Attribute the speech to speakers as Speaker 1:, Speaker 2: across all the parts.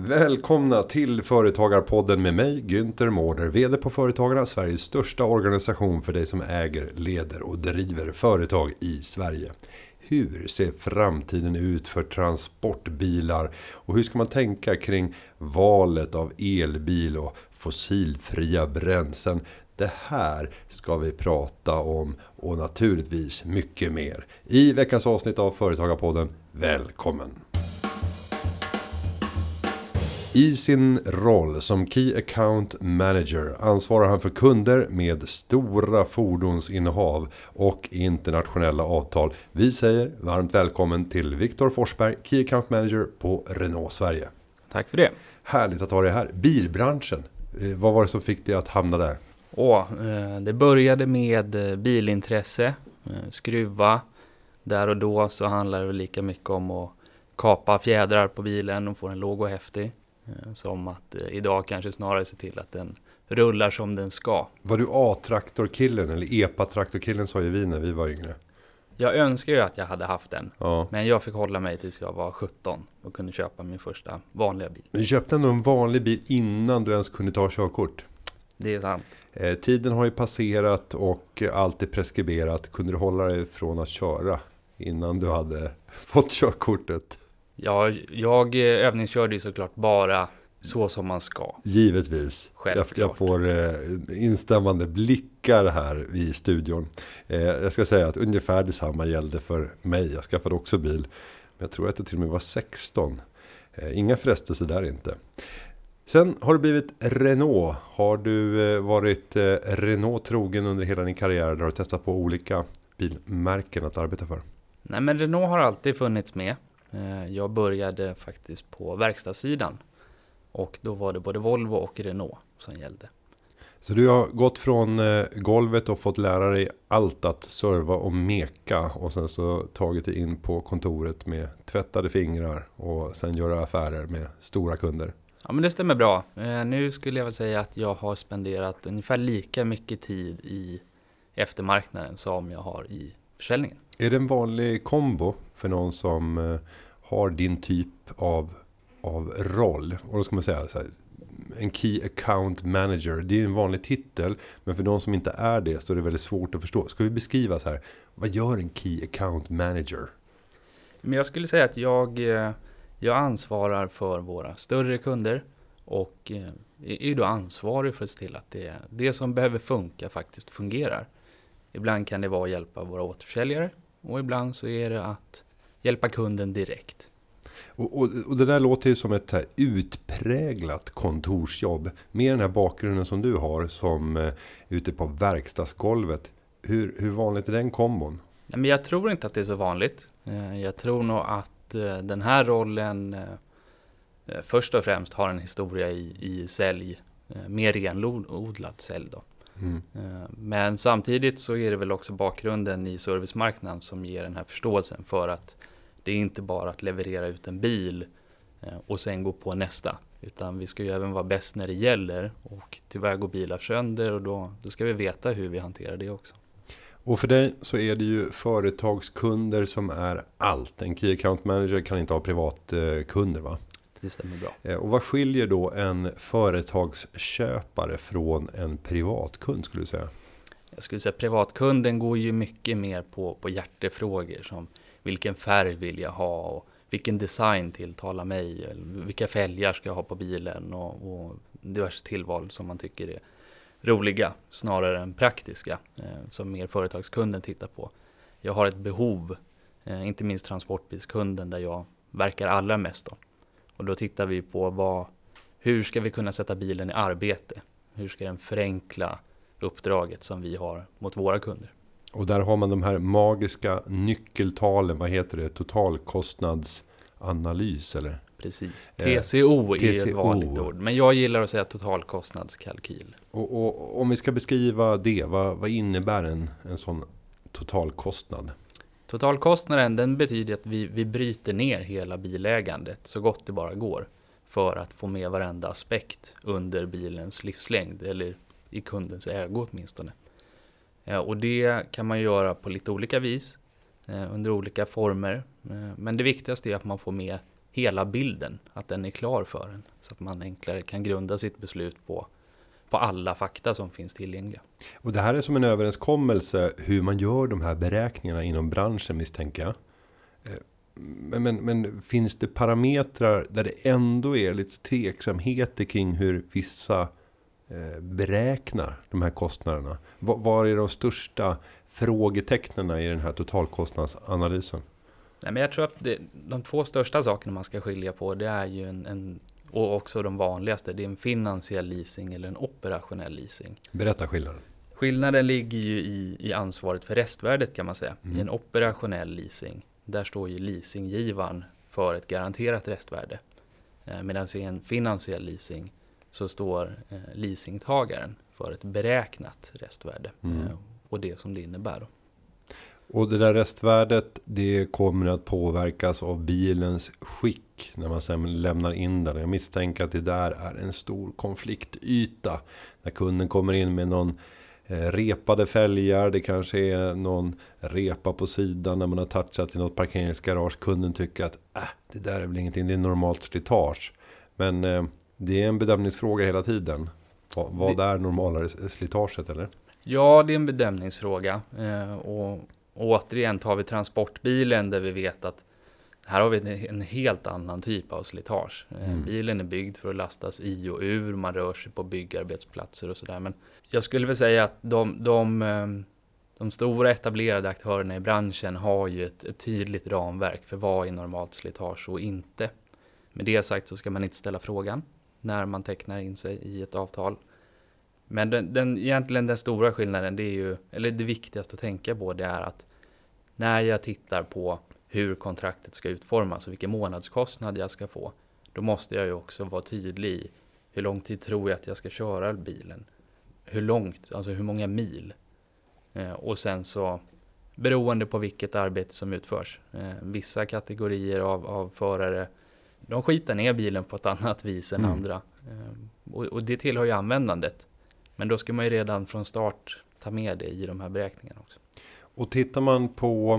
Speaker 1: Välkomna till Företagarpodden med mig, Günther Mårder, vd på Företagarna, Sveriges största organisation för dig som äger, leder och driver företag i Sverige. Hur ser framtiden ut för transportbilar och hur ska man tänka kring valet av elbil och fossilfria bränslen? Det här ska vi prata om och naturligtvis mycket mer. I veckans avsnitt av Företagarpodden, välkommen! I sin roll som Key Account Manager ansvarar han för kunder med stora fordonsinnehav och internationella avtal. Vi säger varmt välkommen till Viktor Forsberg, Key Account Manager på Renault Sverige.
Speaker 2: Tack för det.
Speaker 1: Härligt att ha dig här. Bilbranschen, vad var det som fick dig att hamna där?
Speaker 2: Det började med bilintresse, skruva. Där och då så handlar det väl lika mycket om att kapa fjädrar på bilen och få den låg och häftig. Som att idag kanske snarare se till att den rullar som den ska.
Speaker 1: Var du A-traktorkillen eller EPA-traktorkillen sa ju vi när vi var yngre?
Speaker 2: Jag önskar ju att jag hade haft den.
Speaker 1: Ja.
Speaker 2: Men jag fick hålla mig tills jag var 17 och kunde köpa min första vanliga bil.
Speaker 1: Men du köpte ändå en vanlig bil innan du ens kunde ta körkort.
Speaker 2: Det är sant.
Speaker 1: Tiden har ju passerat och allt är preskriberat. Kunde du hålla dig från att köra innan du hade fått körkortet?
Speaker 2: Ja, jag övningskörde ju såklart bara så som man ska.
Speaker 1: Givetvis.
Speaker 2: Självklart.
Speaker 1: Jag får instämmande blickar här i studion. Jag ska säga att ungefär detsamma gällde för mig. Jag skaffade också bil. Men jag tror att jag till och med var 16. Inga frestelser där inte. Sen har du blivit Renault. Har du varit Renault trogen under hela din karriär? Där har du testat på olika bilmärken att arbeta för?
Speaker 2: Nej, men Renault har alltid funnits med. Jag började faktiskt på verkstadssidan. Och då var det både Volvo och Renault som gällde.
Speaker 1: Så du har gått från golvet och fått lära dig allt att serva och meka. Och sen så tagit dig in på kontoret med tvättade fingrar. Och sen göra affärer med stora kunder.
Speaker 2: Ja, men det stämmer bra. Nu skulle jag väl säga att jag har spenderat ungefär lika mycket tid i eftermarknaden som jag har i försäljningen.
Speaker 1: Är det en vanlig kombo för någon som har din typ av roll? Och då ska man säga så här, en Key Account Manager, det är en vanlig titel. Men för de som inte är det så är det väldigt svårt att förstå. Ska vi beskriva så här, vad gör en Key Account Manager?
Speaker 2: Men jag skulle säga att jag ansvarar för våra större kunder. Och är ju då ansvarig för att se till att det som behöver funka faktiskt fungerar. Ibland kan det vara att hjälpa våra återförsäljare. Och ibland så är det att hjälpa kunden direkt.
Speaker 1: Och det där låter ju som ett här utpräglat kontorsjobb. Med den här bakgrunden som du har som ute på verkstadsgolvet. Hur vanligt är den kombon?
Speaker 2: Nej, men jag tror inte att det är så vanligt. Jag tror nog att den här rollen först och främst har en historia i sälj. Mer renodlat sälj då. Mm. Men samtidigt så är det väl också bakgrunden i servicemarknaden som ger den här förståelsen för att det är inte bara att leverera ut en bil och sen gå på nästa. Utan vi ska ju även vara bäst när det gäller och tyvärr går bilar sönder och då ska vi veta hur vi hanterar det också.
Speaker 1: Och för dig så är det ju företagskunder som är allt. En Key Account Manager kan inte ha privatkunder, va?
Speaker 2: Det stämmer bra.
Speaker 1: Och vad skiljer då en företagsköpare från en privatkund skulle du säga?
Speaker 2: Jag skulle säga att privatkunden går ju mycket mer på hjärtefrågor som vilken färg vill jag ha och vilken design tilltalar mig, vilka fälgar ska jag ha på bilen och diverse tillval som man tycker är roliga snarare än praktiska som mer företagskunden tittar på. Jag har ett behov, inte minst transportbilskunden där jag verkar allra mest då. Och då tittar vi på hur ska vi kunna sätta bilen i arbete? Hur ska den förenkla uppdraget som vi har mot våra kunder?
Speaker 1: Och där har man de här magiska nyckeltalen, vad heter det? Totalkostnadsanalys eller?
Speaker 2: Precis, TCO är ett vanligt ord. Men jag gillar att säga totalkostnadskalkyl.
Speaker 1: Och om vi ska beskriva det, vad innebär en sån totalkostnad?
Speaker 2: Totalkostnaden den betyder att vi bryter ner hela bilägandet så gott det bara går. För att få med varenda aspekt under bilens livslängd eller i kundens ägo åtminstone. Och det kan man göra på lite olika vis, under olika former. Men det viktigaste är att man får med hela bilden, att den är klar för en. Så att man enklare kan grunda sitt beslut på alla fakta som finns tillgängliga.
Speaker 1: Och det här är som en överenskommelse hur man gör de här beräkningarna inom branschen, misstänker jag. Men finns det parametrar där det ändå är lite tveksamheter kring hur vissa beräknar de här kostnaderna? Vad är de största frågetecknen i den här totalkostnadsanalysen?
Speaker 2: Nej, men jag tror att de två största sakerna man ska skilja på, det är ju och också de vanligaste, det är en finansiell leasing eller en operationell leasing.
Speaker 1: Berätta skillnaden.
Speaker 2: Skillnaden ligger ju i ansvaret för restvärdet, kan man säga. I en operationell leasing, där står ju leasinggivaren för ett garanterat restvärde. Medan i en finansiell leasing så står leasingtagaren för ett beräknat restvärde. Och det som det innebär då.
Speaker 1: Och det där restvärdet, det kommer att påverkas av bilens skick när man sen lämnar in den. Jag misstänker att det där är en stor konfliktyta. När kunden kommer in med någon repade fälgar, det kanske är någon repa på sidan när man har touchat i något parkeringsgarage. Kunden tycker att det där är väl ingenting, det är normalt slitage. Men det är en bedömningsfråga hela tiden. Vad är normalare slitaget, eller?
Speaker 2: Ja, det är en bedömningsfråga. Och återigen tar vi transportbilen där vi vet att här har vi en helt annan typ av slitage. Bilen är byggd för att lastas i och ur, man rör sig på byggarbetsplatser och sådär. Men jag skulle väl säga att de stora etablerade aktörerna i branschen har ju ett tydligt ramverk för vad är normalt slitage och inte. Med det sagt så ska man inte ställa frågan när man tecknar in sig i ett avtal. Men egentligen den stora skillnaden, det är ju, eller det viktigaste att tänka på, det är att när jag tittar på hur kontraktet ska utformas och vilken månadskostnad jag ska få, då måste jag ju också vara tydlig i hur lång tid tror jag att jag ska köra bilen. Hur långt, alltså hur många mil. Och sen så, beroende på vilket arbete som utförs. Vissa kategorier av förare, de skitar ner bilen på ett annat vis än andra. Och det tillhör ju användandet. Men då ska man ju redan från start ta med det i de här beräkningarna också. Och
Speaker 1: tittar man på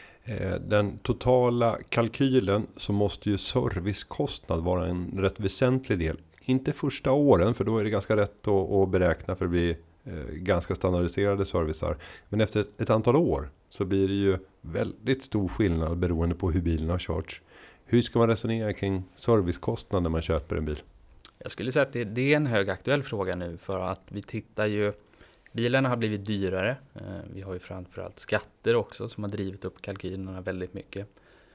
Speaker 1: den totala kalkylen så måste ju servicekostnad vara en rätt väsentlig del. Inte första åren, för då är det ganska rätt att beräkna, för det blir ganska standardiserade servicer. Men efter ett antal år så blir det ju väldigt stor skillnad beroende på hur bilen har körts. Hur ska man resonera kring servicekostnad när man köper en bil?
Speaker 2: Jag skulle säga att det är en högaktuell fråga nu, för att vi tittar ju, bilarna har blivit dyrare. Vi har ju framförallt skatter också som har drivit upp kalkylerna väldigt mycket.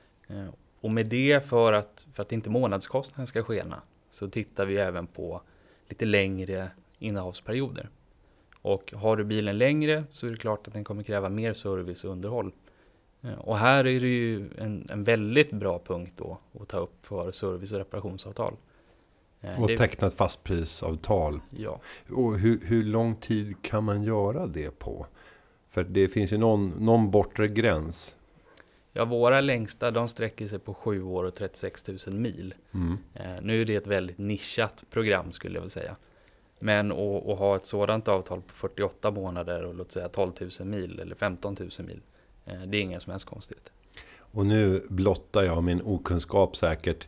Speaker 2: Och med det, för att inte månadskostnaden ska skena, så tittar vi även på lite längre innehavsperioder. Och har du bilen längre så är det klart att den kommer kräva mer service och underhåll. Och här är det ju en väldigt bra punkt då att ta upp för service- och reparationsavtal.
Speaker 1: Och teckna ett fastprisavtal.
Speaker 2: Ja.
Speaker 1: Och hur lång tid kan man göra det på? För det finns ju någon bortre gräns.
Speaker 2: Ja, våra längsta, de sträcker sig på 7 år och 36 000 mil. Nu är det ett väldigt nischat program, skulle jag vilja säga. Men att ha ett sådant avtal på 48 månader och låt säga 12 000 mil eller 15 000 mil, det är inga som helst konstigt.
Speaker 1: Och nu blottar jag min okunskap säkert.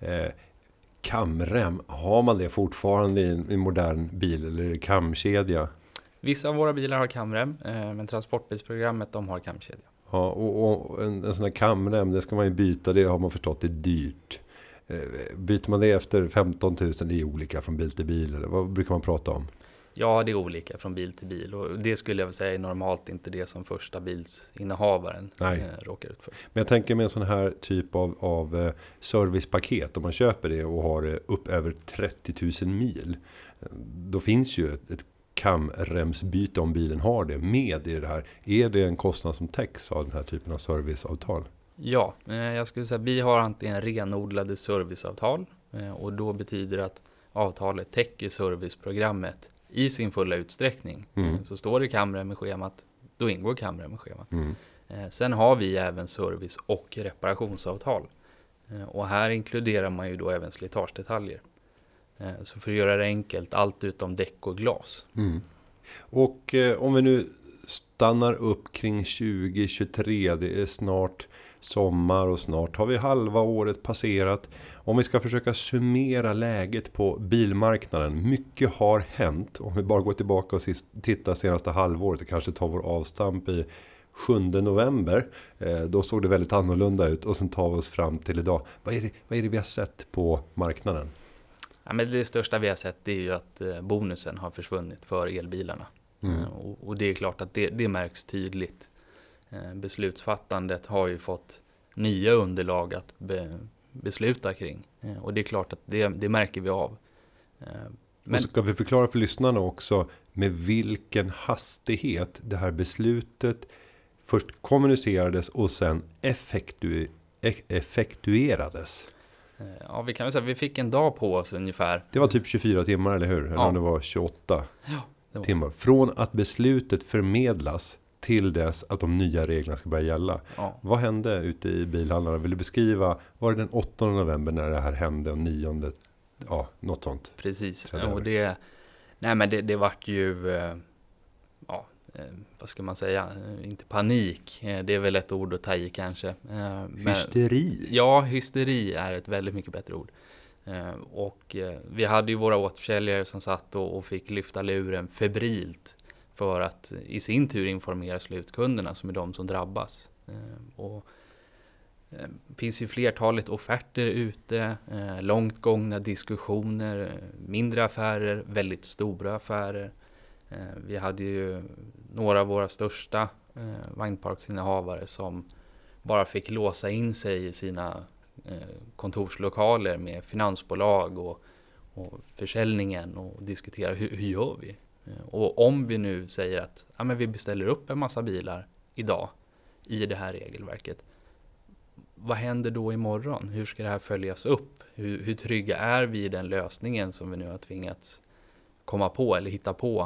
Speaker 1: Kamrem, har man det fortfarande i en modern bil, eller är det kamkedja?
Speaker 2: Vissa av våra bilar har kamrem, men transportbilsprogrammet, de har kamkedja.
Speaker 1: Ja, och en sån här kamrem, det ska man ju byta, det har man förstått, det är dyrt. Byter man det efter 15 000, det är olika från bil till bil, eller vad brukar man prata om?
Speaker 2: Ja, det är olika från bil till bil, och det skulle jag väl säga är normalt inte det som första bilsinnehavaren råkar ut för.
Speaker 1: Men jag tänker med en sån här typ av servicepaket, om man köper det och har det upp över 30 000 mil, då finns ju ett kamremsbyte om bilen har det med i det här. Är det en kostnad som täcks av den här typen av serviceavtal?
Speaker 2: Ja, jag skulle säga att vi har antingen renodlade serviceavtal, och då betyder det att avtalet täcker serviceprogrammet i sin fulla utsträckning. Så står det kamrem i schemat, då ingår kamrem i schemat. Sen har vi även service- och reparationsavtal. Och här inkluderar man ju då även slitagedetaljer. Så för att göra det enkelt, allt utom däck och glas.
Speaker 1: Och om vi nu stannar upp kring 2023. Det är snart sommar och snart har vi halva året passerat. Om vi ska försöka summera läget på bilmarknaden. Mycket har hänt. Om vi bara går tillbaka och tittar senaste halvåret och kanske tar vår avstamp i 7 november. Då såg det väldigt annorlunda ut och sen tar vi oss fram till idag. Vad är det vi har sett på marknaden?
Speaker 2: Ja, men det största vi har sett är ju att bonusen har försvunnit för elbilarna. Och det är klart att det märks tydligt. Beslutsfattandet har ju fått nya underlag att besluta kring. Och det är klart att det märker vi av.
Speaker 1: Men och ska vi förklara för lyssnarna också med vilken hastighet det här beslutet först kommunicerades och sen effektuerades.
Speaker 2: Ja, vi kan väl säga att vi fick en dag på oss ungefär.
Speaker 1: Det var typ 24 timmar, eller hur? Eller om det var 28 timmar. Från att beslutet förmedlas till dess att de nya reglerna ska börja gälla. Ja. Vad hände ute i bilhandlarna? Vill du beskriva, var det den 8 november när det här hände och 9, något sånt?
Speaker 2: Precis, och det vart ju, vad ska man säga, inte panik, det är väl ett ord att ta i kanske.
Speaker 1: Hysteri?
Speaker 2: Ja, hysteri är ett väldigt mycket bättre ord. Och vi hade ju våra återförsäljare som satt och fick lyfta luren febrilt för att i sin tur informera slutkunderna som är de som drabbas. Och det finns ju flertalet offerter ute, långt gångna diskussioner, mindre affärer, väldigt stora affärer. Vi hade ju några av våra största vagnparksinnehavare som bara fick låsa in sig i sina kontorslokaler med finansbolag och försäljningen och diskutera hur gör vi? Och om vi nu säger att men vi beställer upp en massa bilar idag i det här regelverket, vad händer då imorgon? Hur ska det här följas upp? Hur trygga är vi i den lösningen som vi nu har tvingats komma på eller hitta på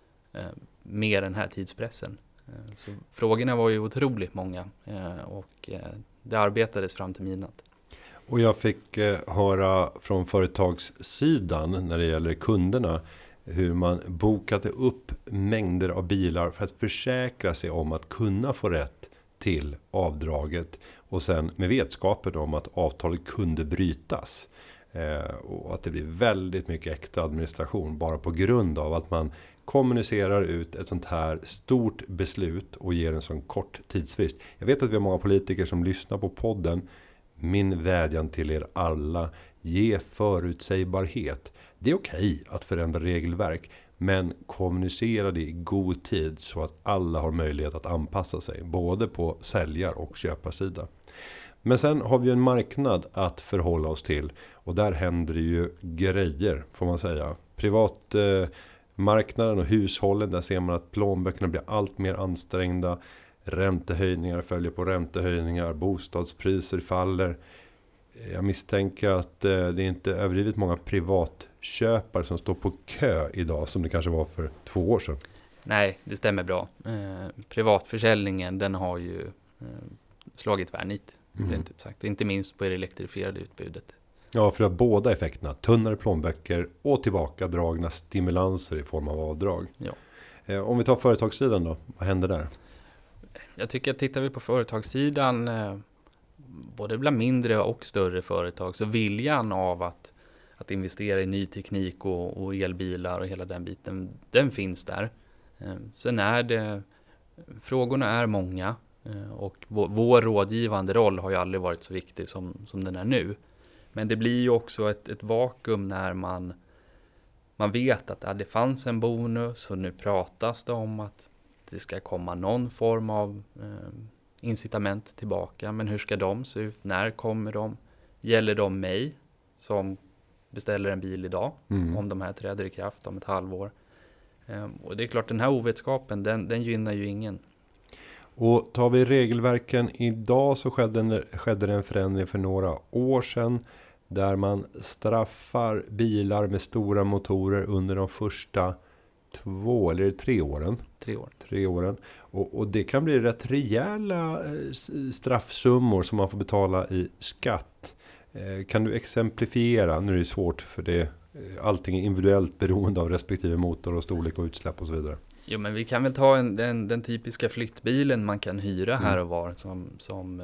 Speaker 2: med den här tidspressen? Så frågorna var ju otroligt många och det arbetades fram till midnatt.
Speaker 1: Och jag fick höra från företagssidan när det gäller kunderna hur man bokade upp mängder av bilar för att försäkra sig om att kunna få rätt till avdraget och sen med vetskapen om att avtalet kunde brytas. Och att det blir väldigt mycket extra administration bara på grund av att man kommunicerar ut ett sånt här stort beslut och ger en sån kort tidsfrist. Jag vet att vi har många politiker som lyssnar på podden. Min vädjan till er alla, ge förutsägbarhet. Det är okej att förändra regelverk, men kommunicera det i god tid så att alla har möjlighet att anpassa sig, både på säljar- och köparsida. Men sen har vi en marknad att förhålla oss till och där händer det ju grejer, får man säga. Privatmarknaden och hushållen, där ser man att plånböckerna blir allt mer ansträngda. Räntehöjningar följer på räntehöjningar, bostadspriser faller. Jag misstänker att det är inte överdrivet många privatköpare som står på kö idag som det kanske var för 2 år sedan.
Speaker 2: Nej, det stämmer bra. Privatförsäljningen, den har ju slagit värnit, rent ut sagt. Inte minst på det elektrifierade utbudet.
Speaker 1: Ja, för att båda effekterna, tunnare plånböcker och tillbakadragna stimulanser i form av avdrag.
Speaker 2: Ja.
Speaker 1: Om vi tar företagssidan då, vad händer där?
Speaker 2: Jag tycker att tittar vi på företagssidan, både bland mindre och större företag, så viljan av att investera i ny teknik och elbilar och hela den biten, den finns där. Sen frågorna är många och vår rådgivande roll har ju aldrig varit så viktig som den är nu. Men det blir ju också ett vakuum när man vet att det fanns en bonus och nu pratas det om att det ska komma någon form av incitament tillbaka. Men hur ska de se ut? När kommer de? Gäller de mig som beställer en bil idag? Om de här träder i kraft om ett halvår. Och det är klart, den här ovetskapen, den gynnar ju ingen.
Speaker 1: Och tar vi regelverken idag, så skedde det en förändring för några år sedan. Där man straffar bilar med stora motorer under de första 2 eller 3 åren.
Speaker 2: 3 år.
Speaker 1: 3 åren. Och det kan bli rätt rejäla straffsummor som man får betala i skatt. Kan du exemplifiera? Nu är det svårt för det. Allting är individuellt beroende av respektive motor och storlek och utsläpp och så vidare.
Speaker 2: Jo, men vi kan väl ta den typiska flyttbilen man kan hyra här och var som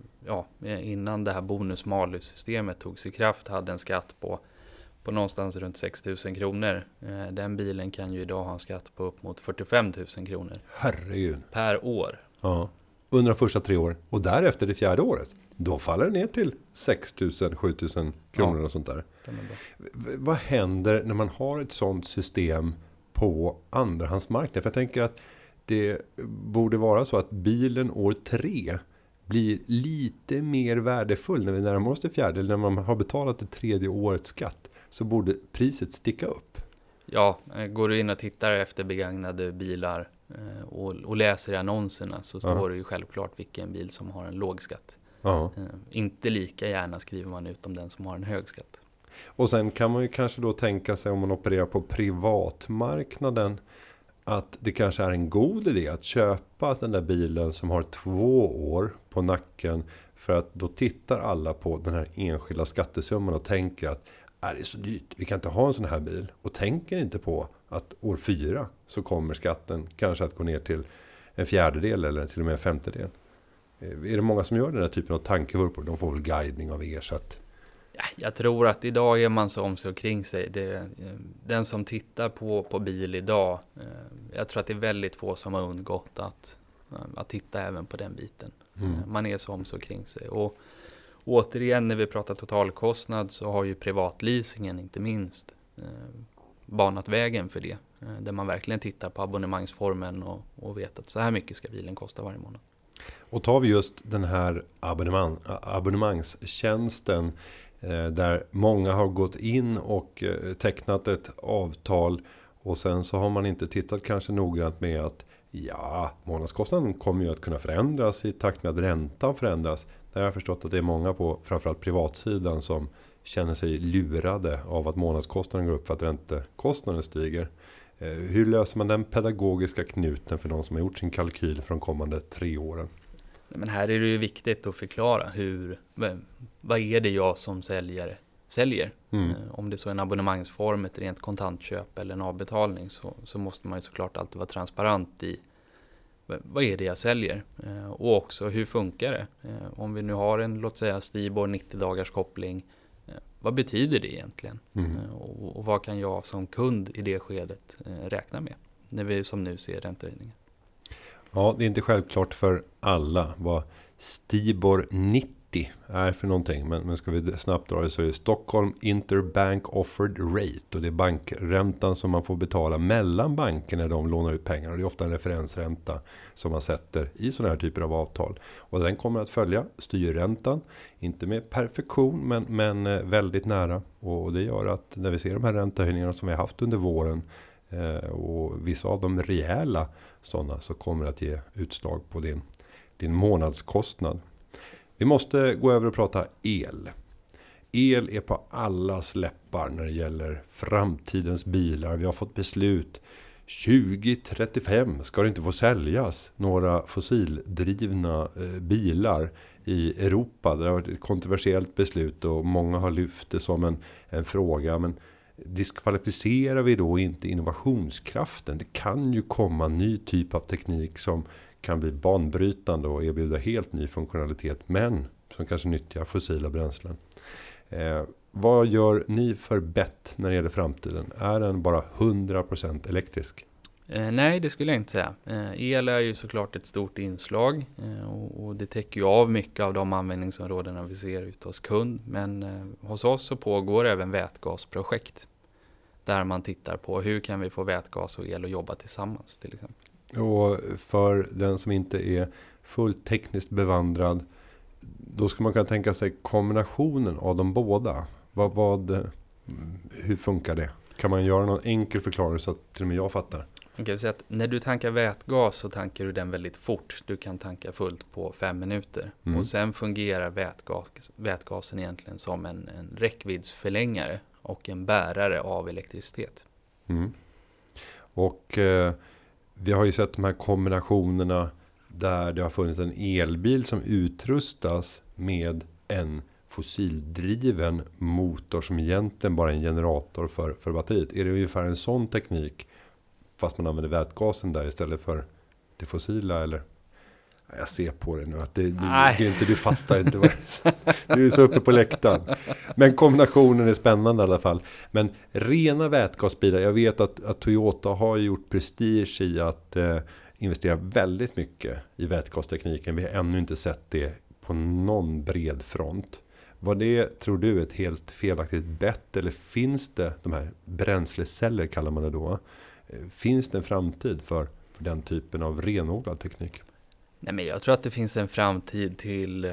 Speaker 2: innan det här bonus-malus-systemet togs i kraft hade en skatt på någonstans runt 6 000 kronor. Den bilen kan ju idag ha en skatt på upp mot 45 000 kronor.
Speaker 1: Herregud.
Speaker 2: Per år.
Speaker 1: Ja. Under de första 3 åren. Och därefter det 4:e året. Då faller det ner till 6 000, 7 000 kronor och sånt där. Vad händer när man har ett sånt system på andrahandsmarknaden? För jag tänker att det borde vara så att bilen år 3 blir lite mer värdefull när vi närmar oss det 4:e. Eller när man har betalat det 3:e årets skatt. Så borde priset sticka upp.
Speaker 2: Ja, går du in och tittar efter begagnade bilar och läser i annonserna så står det ju självklart vilken bil som har en låg skatt. Inte lika gärna skriver man ut om den som har en hög skatt.
Speaker 1: Och sen kan man ju kanske då tänka sig om man opererar på privatmarknaden att det kanske är en god idé att köpa den där bilen som har 2 år på nacken, för att då tittar alla på den här enskilda skattesumman och tänker att det är så dyrt, vi kan inte ha en sån här bil, och tänker inte på att år 4 så kommer skatten kanske att gå ner till 1/4 eller till och med 1/5. Är det många som gör den här typen av tankevurpor? De får väl guidning av er så att...
Speaker 2: Ja, jag tror att idag är man så om sig kring sig. Den som tittar på bil idag, jag tror att det är väldigt få som har undgått att titta även på den biten. Man är så om sig kring sig. Och återigen när vi pratar totalkostnad så har ju privatleasingen inte minst banat vägen för det. Där man verkligen tittar på abonnemangsformen och vet att så här mycket ska bilen kosta varje månad.
Speaker 1: Och tar vi just den här abonnemangstjänsten där många har gått in och tecknat ett avtal och sen så har man inte tittat kanske noggrant med att månadskostnaden kommer ju att kunna förändras i takt med att räntan förändras. Där har jag förstått att det är många på framförallt privatsidan som känner sig lurade av att månadskostnaden går upp för att räntekostnaden stiger. Hur löser man den pedagogiska knuten för de som har gjort sin kalkyl för de kommande 3 åren?
Speaker 2: Men här är det ju viktigt att förklara vad är det jag som säljare säljer. Om det så är en abonnemangsform, ett rent kontantköp eller en avbetalning så måste man ju såklart alltid vara transparent i vad är det jag säljer och också hur funkar det. Om vi nu har en, låt säga, Stibor 90 dagars koppling, vad betyder det egentligen? Och vad kan jag som kund i det skedet räkna med när vi som nu ser räntehöjningar? Ja,
Speaker 1: det är inte självklart för alla vad Stibor 90 är för någonting. Men ska vi snabbt dra det så är det Stockholm Interbank Offered Rate. Och det är bankräntan som man får betala mellan banker när de lånar ut pengar. Och det är ofta en referensränta som man sätter i sådana här typer av avtal. Och den kommer att följa styrräntan. Inte med perfektion men väldigt nära. Och det gör att när vi ser de här räntehöjningarna som vi har haft under våren och vissa av dem rejäla sådana, så kommer det att ge utslag på din månadskostnad. Vi måste gå över och prata el. El är på allas läppar när det gäller framtidens bilar. Vi har fått beslut 2035 ska det inte få säljas några fossildrivna bilar i Europa. Det har varit ett kontroversiellt beslut och många har lyft det som en fråga. Men diskvalificerar vi då inte innovationskraften? Det kan ju komma ny typ av teknik som kan bli banbrytande och erbjuda helt ny funktionalitet, men som kanske nyttjar fossila bränslen. Vad gör ni för bett när det gäller framtiden? Är den bara 100% elektrisk?
Speaker 2: Nej, det skulle jag inte säga. El är ju såklart ett stort inslag och det täcker ju av mycket av de användningsområdena vi ser ute hos kund. Men hos oss så pågår även vätgasprojekt där man tittar på hur kan vi få vätgas och el att jobba tillsammans till exempel. Och
Speaker 1: för den som inte är fullt tekniskt bevandrad, då ska man kunna tänka sig kombinationen av de båda. Hur funkar det? Kan man göra någon enkel förklaring så att till och med jag fattar?
Speaker 2: Man kan säga att när du tankar vätgas så tankar du den väldigt fort. Du kan tanka fullt på 5 minuter. Och sen fungerar vätgasen egentligen som en räckviddsförlängare och en bärare av elektricitet.
Speaker 1: Och vi har ju sett de här kombinationerna där det har funnits en elbil som utrustas med en fossildriven motor som egentligen bara är en generator för batteriet. Är det ungefär en sån teknik fast man använder vätgasen där istället för det fossila, eller? Jag ser på det nu att det är inte, du fattar inte vad du är så uppe på läktaren. Men kombinationen är spännande i alla fall. Men rena vätgasbilar, jag vet att Toyota har gjort prestige i att investera väldigt mycket i vätgastekniken. Vi har ännu inte sett det på någon bred front. Var det, tror du, ett helt felaktigt bett, eller finns det, de här bränsleceller kallar man det då, finns det en framtid för den typen av renodlad teknik?
Speaker 2: Nej, men jag tror att det finns en framtid till,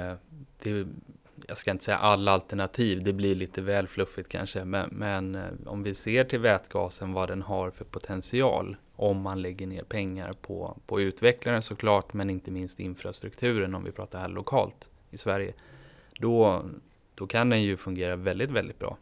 Speaker 2: jag ska inte säga alla alternativ, det blir lite väl fluffigt kanske, men om vi ser till vätgasen vad den har för potential, om man lägger ner pengar på utvecklaren såklart, men inte minst infrastrukturen om vi pratar här lokalt i Sverige, då kan den ju fungera väldigt, väldigt bra.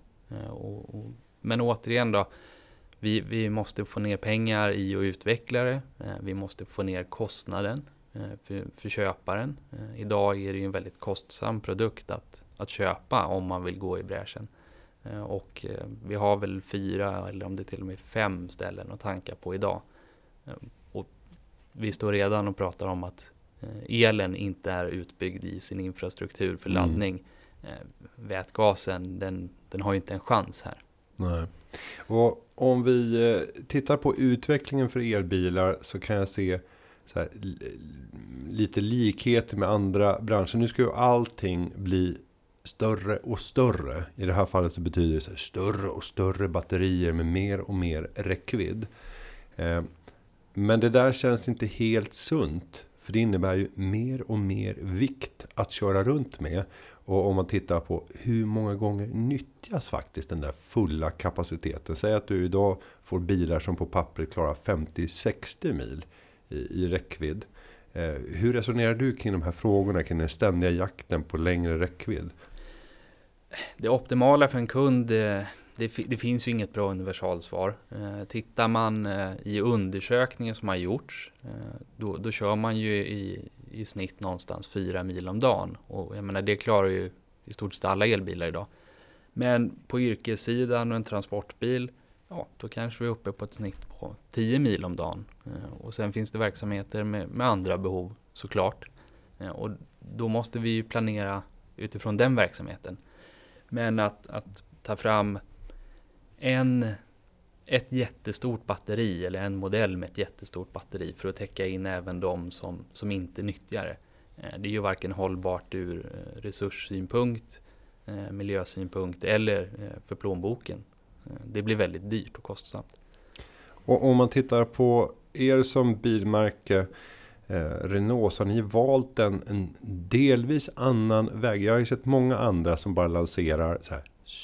Speaker 2: Men återigen då, vi måste få ner pengar i och utvecklare, vi måste få ner kostnaden för köparen. Idag är det ju en väldigt kostsam produkt att köpa om man vill gå i bräschen. Och vi har väl 4 eller om det till och med 5 ställen att tanka på idag. Och vi står redan och pratar om att elen inte är utbyggd i sin infrastruktur för laddning. Vätgasen, den har ju inte en chans här.
Speaker 1: Nej. Och om vi tittar på utvecklingen för elbilar så kan jag se så här, lite likheter med andra branscher. Nu ska ju allting bli större och större. I det här fallet så betyder det så här, större och större batterier med mer och mer räckvidd. Men det där känns inte helt sunt. För det innebär ju mer och mer vikt att köra runt med. Och om man tittar på hur många gånger nyttjas faktiskt den där fulla kapaciteten. Säg att du idag får bilar som på pappret klarar 50-60 mil i räckvidd. Hur resonerar du kring de här frågorna, kring den ständiga jakten på längre räckvidd?
Speaker 2: Det optimala för en kund, det finns ju inget bra universalsvar. Tittar man i undersökningar som har gjorts, då kör man ju i snitt någonstans 4 mil om dagen. Och jag menar, det klarar ju i stort sett alla elbilar idag. Men på yrkessidan och en transportbil, ja, då kanske vi är uppe på ett snitt på 10 mil om dagen. Och sen finns det verksamheter med andra behov såklart. Och då måste vi ju planera utifrån den verksamheten. Men att ta fram ett jättestort batteri eller en modell med ett jättestort batteri för att täcka in även de som inte nyttjar det. Det är ju varken hållbart ur resurssynpunkt, miljösynpunkt eller för plånboken. Det blir väldigt dyrt och kostsamt.
Speaker 1: Och om man tittar på er som bilmärke Renault, så har ni valt en delvis annan väg. Jag har ju sett många andra som bara lanserar så här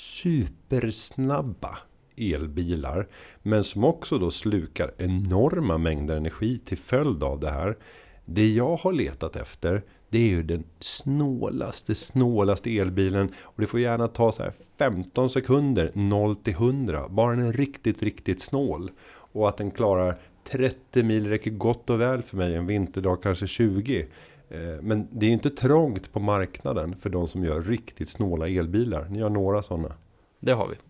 Speaker 1: supersnabba elbilar, men som också då slukar enorma mängder energi till följd av det här. Det jag har letat efter, det är ju den snålaste elbilen, och det får gärna ta så här 15 sekunder 0-100, bara den är riktigt snål, och att den klarar 30 mil räcker gott och väl för mig en vinterdag, kanske 20. Men det är ju inte trångt på marknaden för de som gör riktigt snåla elbilar. Ni har några sådana.
Speaker 2: Det har vi.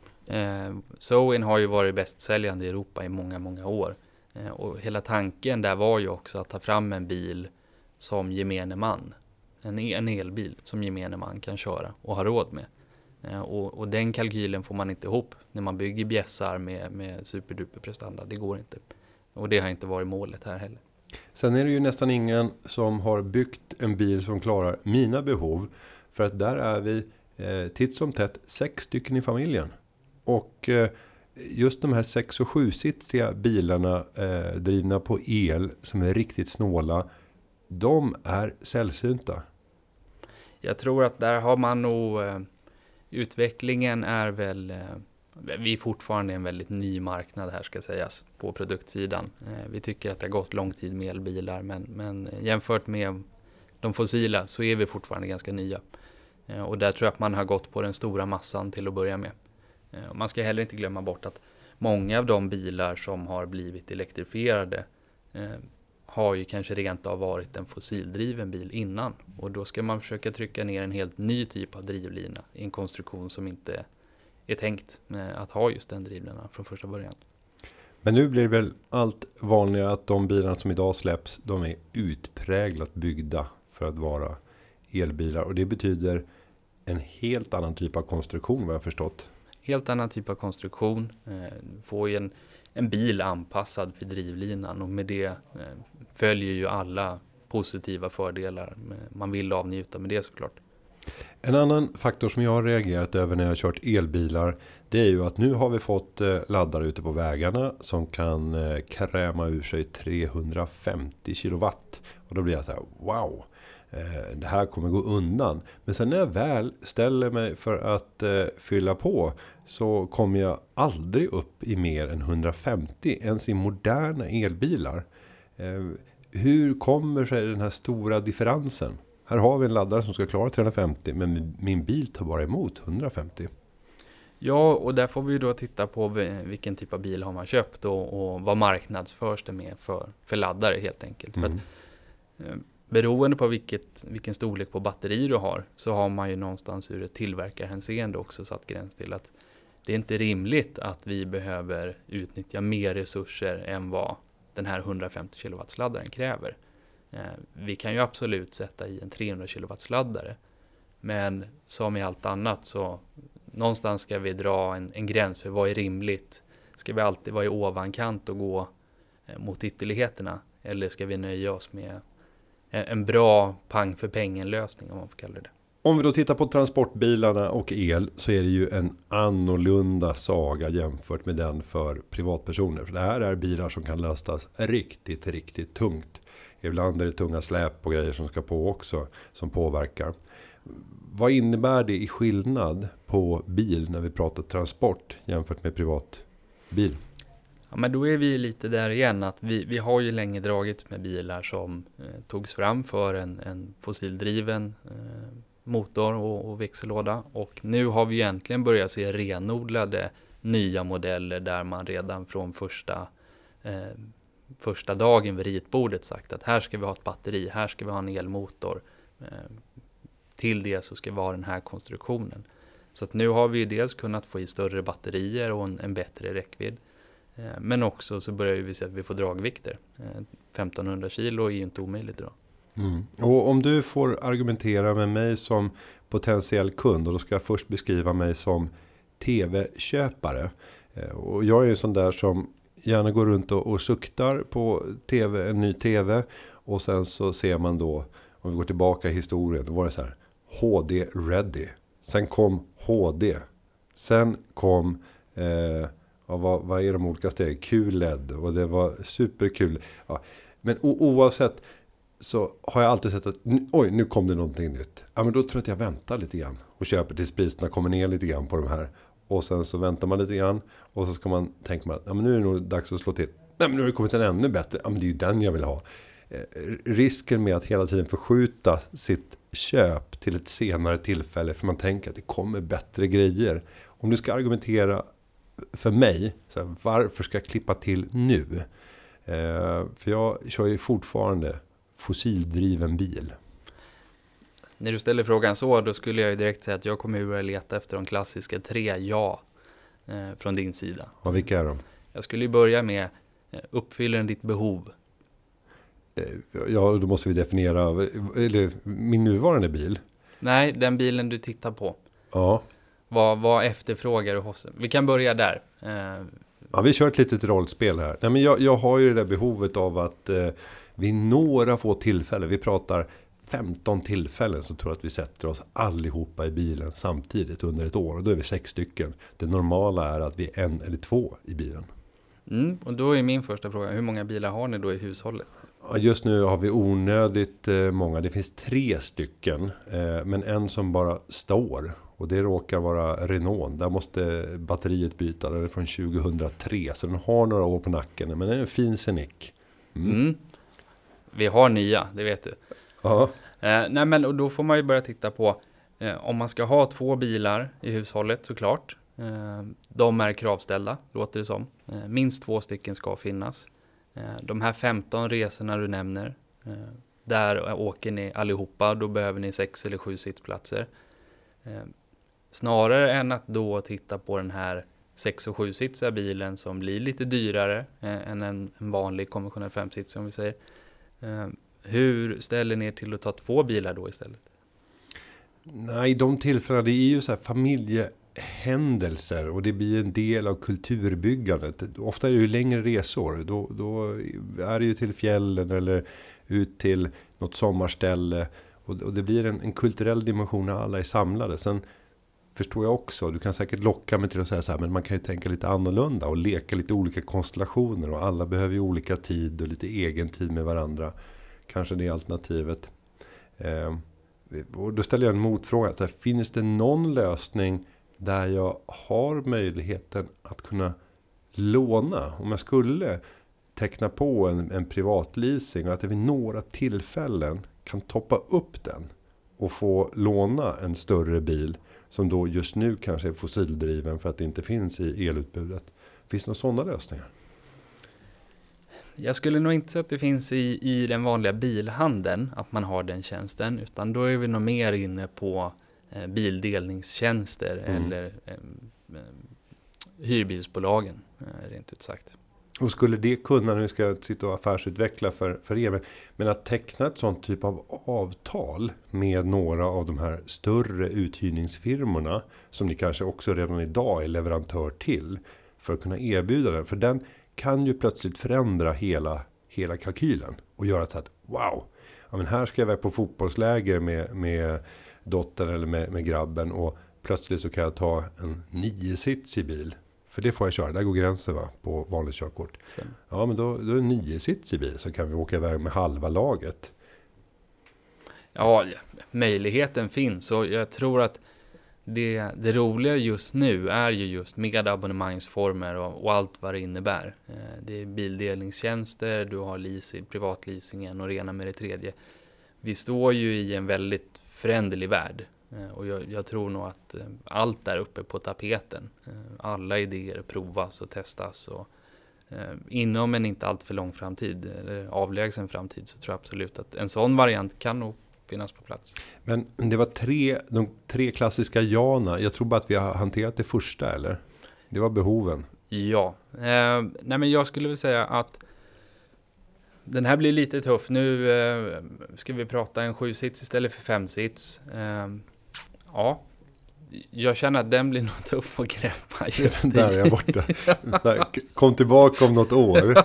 Speaker 2: Zoen har ju varit bästsäljande i Europa i många år. Och hela tanken där var ju också att ta fram en bil som gemene man. En elbil som gemene man kan köra och ha råd med. Och den kalkylen får man inte ihop när man bygger bjässar med superduper prestanda. Det går inte. Och det har inte varit målet här heller.
Speaker 1: Sen är det ju nästan ingen som har byggt en bil som klarar mina behov. För att där är vi titt som tätt 6 stycken i familjen. Och just de här 6- och 7-sitsiga bilarna drivna på el som är riktigt snåla, de är sällsynta.
Speaker 2: Jag tror att där har man nog, utvecklingen är väl, vi är fortfarande en väldigt ny marknad här ska sägas på produktsidan. Vi tycker att det har gått lång tid med elbilar, men jämfört med de fossila så är vi fortfarande ganska nya. Och där tror jag att man har gått på den stora massan till att börja med. Man ska heller inte glömma bort att många av de bilar som har blivit elektrifierade har ju kanske rent av varit en fossildriven bil innan. Och då ska man försöka trycka ner en helt ny typ av drivlina i en konstruktion som inte är tänkt att ha just den drivlinan från första början.
Speaker 1: Men nu blir det väl allt vanligare att de bilarna som idag släpps, de är utpräglat byggda för att vara elbilar. Och det betyder en helt annan typ av konstruktion, vad jag förstått.
Speaker 2: Helt annan typ av konstruktion. Får ju en bil anpassad för drivlinan, och med det följer ju alla positiva fördelar. Man vill avnjuta med det såklart.
Speaker 1: En annan faktor som jag har reagerat över när jag har kört elbilar, det är ju att nu har vi fått laddare ute på vägarna som kan kräma ur sig 350 kilowatt. Och då blir jag så här, wow, det här kommer gå undan. Men sen när jag väl ställer mig för att fylla på, så kommer jag aldrig upp i mer än 150, ens i moderna elbilar. Hur kommer sig den här stora differensen? Här har vi en laddare som ska klara 350, men min bil tar bara emot 150.
Speaker 2: Ja, och där får vi då titta på vilken typ av bil har man köpt och vad marknadsförs det med för laddare helt enkelt. För att, beroende på vilken storlek på batteri du har, så har man ju någonstans ur ett tillverkarhänseende också satt gräns till att det är inte rimligt att vi behöver utnyttja mer resurser än vad den här 150 kW-laddaren kräver. Vi kan ju absolut sätta i en 300 kW-laddare, men som i allt annat så någonstans ska vi dra en gräns för vad är rimligt. Ska vi alltid vara i ovankant och gå mot ytterligheterna, eller ska vi nöja oss med en bra pang för pengen lösning, om man får kalla det.
Speaker 1: Om vi då tittar på transportbilarna och el, så är det ju en annorlunda saga jämfört med den för privatpersoner. För det här är bilar som kan lastas riktigt, riktigt tungt. Ibland är det tunga släp och grejer som ska på också, som påverkar. Vad innebär det i skillnad på bil när vi pratar transport jämfört med privatbil?
Speaker 2: Ja, men då är vi lite där igen, att vi har ju länge dragit med bilar som togs fram för en fossildriven motor och växellåda. Och nu har vi egentligen börjat se renodlade nya modeller där man redan från första dagen vid ritbordet sagt att här ska vi ha ett batteri, här ska vi ha en elmotor. Till det så ska vi ha den här konstruktionen. Så att nu har vi dels kunnat få i större batterier och en bättre räckvidd. Men också så börjar vi se att vi får dragvikter. 1500 kilo är ju inte omöjligt idag.
Speaker 1: Och om du får argumentera med mig som potentiell kund, och då ska jag först beskriva mig som tv-köpare. Och jag är ju sån där som gärna går runt och suktar på en ny tv, och sen så ser man då, om vi går tillbaka i historien, då var det så här: HD ready. Sen kom HD. Sen kom vad är de olika stegen? QLED, och det var superkul. Ja. Men oavsett så har jag alltid sett att nu kom det någonting nytt. Ja, men då tror jag att jag väntar lite grann och köper tills priserna kommer ner lite grann på de här. Och sen så väntar man lite grann, och så ska man tänka att ja, men nu är det nog dags att slå till. Nej, men nu har det kommit en ännu bättre. Ja, men det är ju den jag vill ha. Risken med att hela tiden förskjuta sitt köp till ett senare tillfälle, för man tänker att det kommer bättre grejer. Om du ska argumentera för mig, så här, varför ska jag klippa till nu? För jag kör ju fortfarande fossildriven bil.
Speaker 2: När du ställer frågan så, då skulle jag ju direkt säga att jag kommer att börja leta efter de klassiska 3 ja från din sida.
Speaker 1: Och vilka är de?
Speaker 2: Jag skulle ju börja med uppfyller den ditt behov?
Speaker 1: Ja, då måste vi definiera min nuvarande bil.
Speaker 2: Nej, den bilen du tittar på.
Speaker 1: Ja.
Speaker 2: Vad efterfrågar du hos? Vi kan börja där.
Speaker 1: Ja, vi kör ett litet rollspel här. Nej, men jag har ju det där behovet av att vid några få tillfällen, vi pratar 15 tillfällen, så tror jag att vi sätter oss allihopa i bilen samtidigt under ett år. Och då är vi 6 stycken. Det normala är att vi är 1 eller 2 i bilen.
Speaker 2: Och då är min första fråga, hur många bilar har ni då i hushållet?
Speaker 1: Ja, just nu har vi onödigt många. Det finns 3 stycken, men en som bara står. Och det råkar vara Renault. Där måste batteriet byta. Den är från 2003, så den har några år på nacken. Men den är en fin Scenic.
Speaker 2: Vi har nya, det vet du.
Speaker 1: Ja.
Speaker 2: Nej, men och då får man ju börja titta på om man ska ha 2 bilar i hushållet, såklart. De är kravställda, låter det som. Minst 2 stycken ska finnas. De här 15 resorna du nämner, där åker ni allihopa, då behöver ni 6 eller 7 sittplatser. Snarare än att då titta på den här 6- och 7-sitsiga bilen som blir lite dyrare än en vanlig konventionell 5-sits som vi säger. Hur ställer ni er till att ta 2 bilar då istället?
Speaker 1: Nej, de tillfällena, det är ju så här familjehändelser och det blir en del av kulturbyggandet. Ofta är det ju längre resor. Då är det ju till fjällen eller ut till något sommarställe. Och det blir en kulturell dimension när alla är samlade. Sen förstår jag också, du kan säkert locka mig till att säga så här, men man kan ju tänka lite annorlunda och leka lite olika konstellationer. Och alla behöver ju olika tid och lite egen tid med varandra. Kanske det är alternativet. Och då ställer jag en motfråga. Så här, finns det någon lösning där jag har möjligheten att kunna låna? Om jag skulle teckna på en privatleasing och att jag vid några tillfällen kan toppa upp den och få låna en större bil som då just nu kanske är fossildriven för att det inte finns i elutbudet. Finns det några sådana lösningar?
Speaker 2: Jag skulle nog inte säga att det finns i den vanliga bilhandeln att man har den tjänsten, utan då är vi nog mer inne på bildelningstjänster eller hyrbilsbolagen, rent ut sagt.
Speaker 1: Och skulle det kunna, nu ska jag sitta och affärsutveckla för er, men att teckna ett sånt typ av avtal med några av de här större uthyrningsfirmorna som ni kanske också redan idag är leverantör till för att kunna erbjuda den, för den kan ju plötsligt förändra hela kalkylen och göra så att wow, ja, men här ska jag vara på fotbollsläger med dottern eller med grabben och plötsligt så kan jag ta en 9-sitsig bil. För det får jag köra, där går gränsen va, på vanligt körkort. Stämmer. Ja, men då är det en 9-sitsig bil så kan vi åka iväg med halva laget.
Speaker 2: Ja, möjligheten finns och jag tror att det roliga just nu är ju just med abonnemangsformer och allt vad det innebär. Det är bildelningstjänster, du har leasing, privatleasingen och rena med det tredje. Vi står ju i en väldigt föränderlig värld och jag tror nog att allt där uppe på tapeten. Alla idéer provas och testas och inom en inte allt för lång framtid eller avlägsen framtid så tror jag absolut att en sån variant kan nog finnas på plats.
Speaker 1: Men det var de 3 klassiska jana. Jag tror bara att vi har hanterat det första, eller? Det var behoven.
Speaker 2: Ja. Nej, men jag skulle väl säga att den här blir lite tuff. Nu ska vi prata en 7-sits istället för 5-sits. Ja. Jag känner att den blir nog tuff att greppa just
Speaker 1: där är jag borta. Kom tillbaka om något år.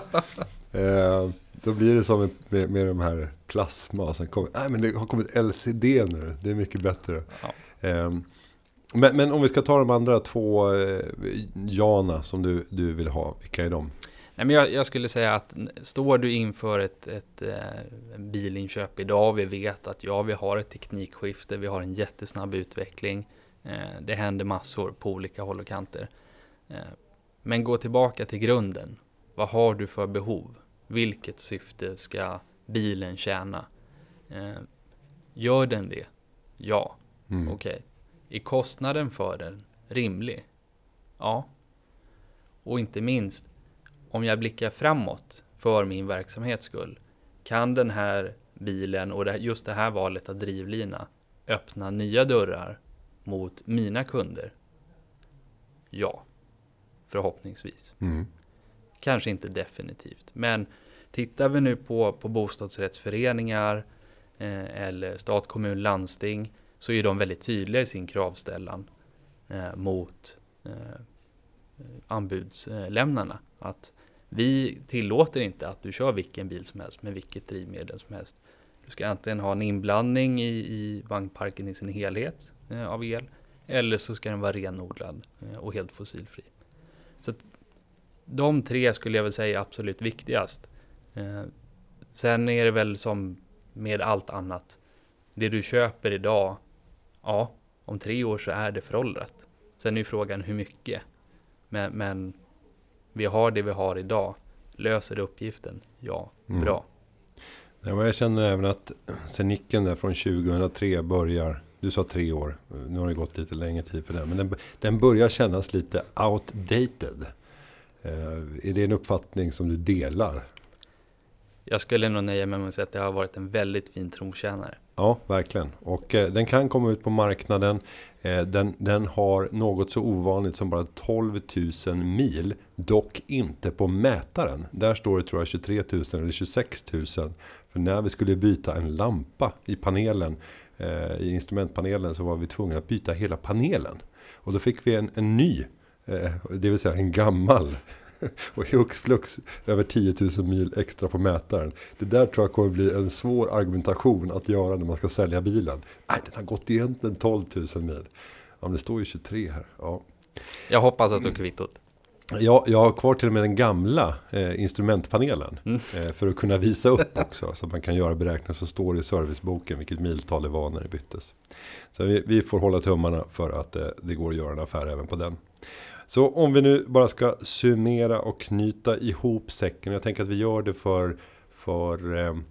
Speaker 1: Då blir det som med de här plasma. Sen men det har kommit LCD nu. Det är mycket bättre. Ja. Men om vi ska ta de andra 2 jana som du vill ha. Vilka är de?
Speaker 2: Nej, men jag skulle säga att står du inför ett bilinköp idag. Vi vet att vi har ett teknikskifte. Vi har en jättesnabb utveckling. Det händer massor på olika håll och kanter. Men gå tillbaka till grunden. Vad har du för behov? Vilket syfte ska bilen tjäna? Gör den det? Ja. Okej. Är kostnaden för den rimlig? Ja. Och inte minst, om jag blickar framåt för min verksamhets skull, kan den här bilen och just det här valet av drivlina öppna nya dörrar mot mina kunder? Ja. Förhoppningsvis. Kanske inte definitivt, men tittar vi nu på bostadsrättsföreningar eller stat, kommun, landsting så är de väldigt tydliga i sin kravställan mot anbudslämnarna. Att vi tillåter inte att du kör vilken bil som helst med vilket drivmedel som helst. Du ska antingen ha en inblandning i vagnparken i sin helhet av el eller så ska den vara renodlad och helt fossilfri. Så att de 3 skulle jag väl säga är absolut viktigast. Sen är det väl som med allt annat. Det du köper idag, ja, om 3 år så är det föråldrat. Sen är ju frågan hur mycket. Men vi har det vi har idag. Löser det uppgiften? Ja, bra.
Speaker 1: Ja, men jag känner även att Sceniken där från 2003 börjar, du sa 3 år, nu har det gått lite längre tid för den, men den börjar kännas lite outdated. Är det en uppfattning som du delar?
Speaker 2: Jag skulle nog nöja mig med att säga att det har varit en väldigt fin trotjänare.
Speaker 1: Ja, verkligen. Och den kan komma ut på marknaden. Den har något så ovanligt som bara 12 000 mil. Dock inte på mätaren. Där står det tror jag 23 000 eller 26 000. För när vi skulle byta en lampa i panelen, i instrumentpanelen, så var vi tvungna att byta hela panelen. Och då fick vi en ny, det vill säga en gammal. Och hux flux över 10 000 mil extra på mätaren. Det där tror jag kommer bli en svår argumentation att göra när man ska sälja bilen. Nej, den har gått egentligen 12 000 mil. Ja, men det står ju 23 här. Ja.
Speaker 2: Jag hoppas att du har kvittot.
Speaker 1: Ja, jag har kvar till och med den gamla instrumentpanelen. För att kunna visa upp också. Så att man kan göra beräkningar, så står det i serviceboken vilket miltal det var när det byttes. Så vi får hålla tummarna för att det går att göra en affär även på den. Så om vi nu bara ska summera och knyta ihop säcken. Jag tänker att vi gör det för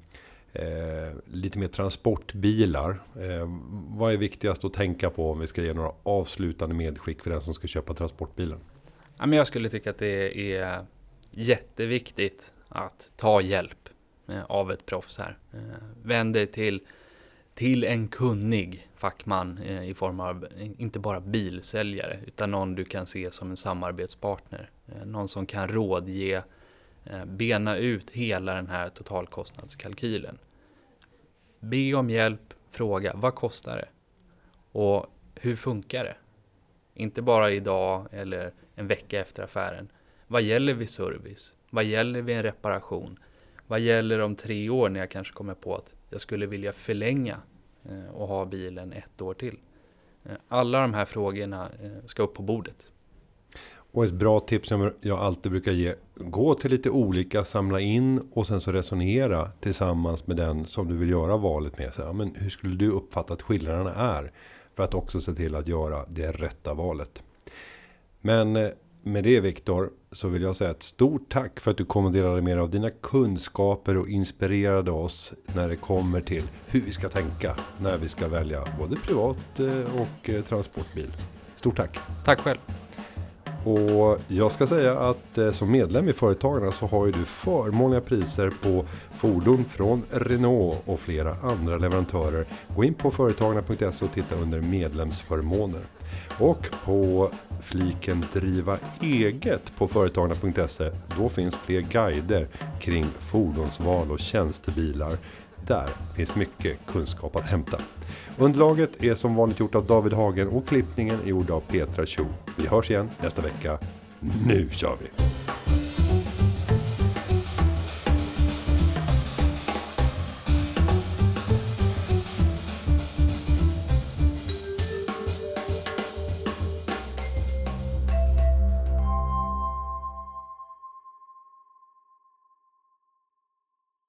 Speaker 1: lite mer transportbilar. Vad är viktigast att tänka på om vi ska ge några avslutande medskick för den som ska köpa transportbilen?
Speaker 2: Ja, men jag skulle tycka att det är jätteviktigt att ta hjälp av ett proffs här. Vänd dig till en kunnig fackman i form av inte bara bilsäljare utan någon du kan se som en samarbetspartner. Någon som kan rådge, bena ut hela den här totalkostnadskalkylen. Be om hjälp, fråga vad kostar det? Och hur funkar det? Inte bara idag eller en vecka efter affären. Vad gäller vid service? Vad gäller vid en reparation? Vad gäller om 3 år när jag kanske kommer på att jag skulle vilja förlänga och ha bilen 1 år till? Alla de här frågorna ska upp på bordet.
Speaker 1: Och ett bra tips som jag alltid brukar ge. Gå till lite olika, samla in och sen så resonera tillsammans med den som du vill göra valet med. Så, ja, men hur skulle du uppfatta att skillnaderna är? För att också se till att göra det rätta valet. Men med det Viktor så vill jag säga ett stort tack för att du kommenterade mer av dina kunskaper och inspirerade oss när det kommer till hur vi ska tänka när vi ska välja både privat och transportbil. Stort tack!
Speaker 2: Tack själv!
Speaker 1: Och jag ska säga att som medlem i Företagarna så har ju du förmånliga priser på fordon från Renault och flera andra leverantörer. Gå in på företagarna.se och titta under medlemsförmåner. Och på fliken driva eget på företagarna.se, då finns fler guider kring fordonsval och tjänstebilar. Där finns mycket kunskap att hämta. Underlaget är som vanligt gjort av David Hagen och klippningen är gjord av Petra Cho. Vi hörs igen nästa vecka. Nu kör vi!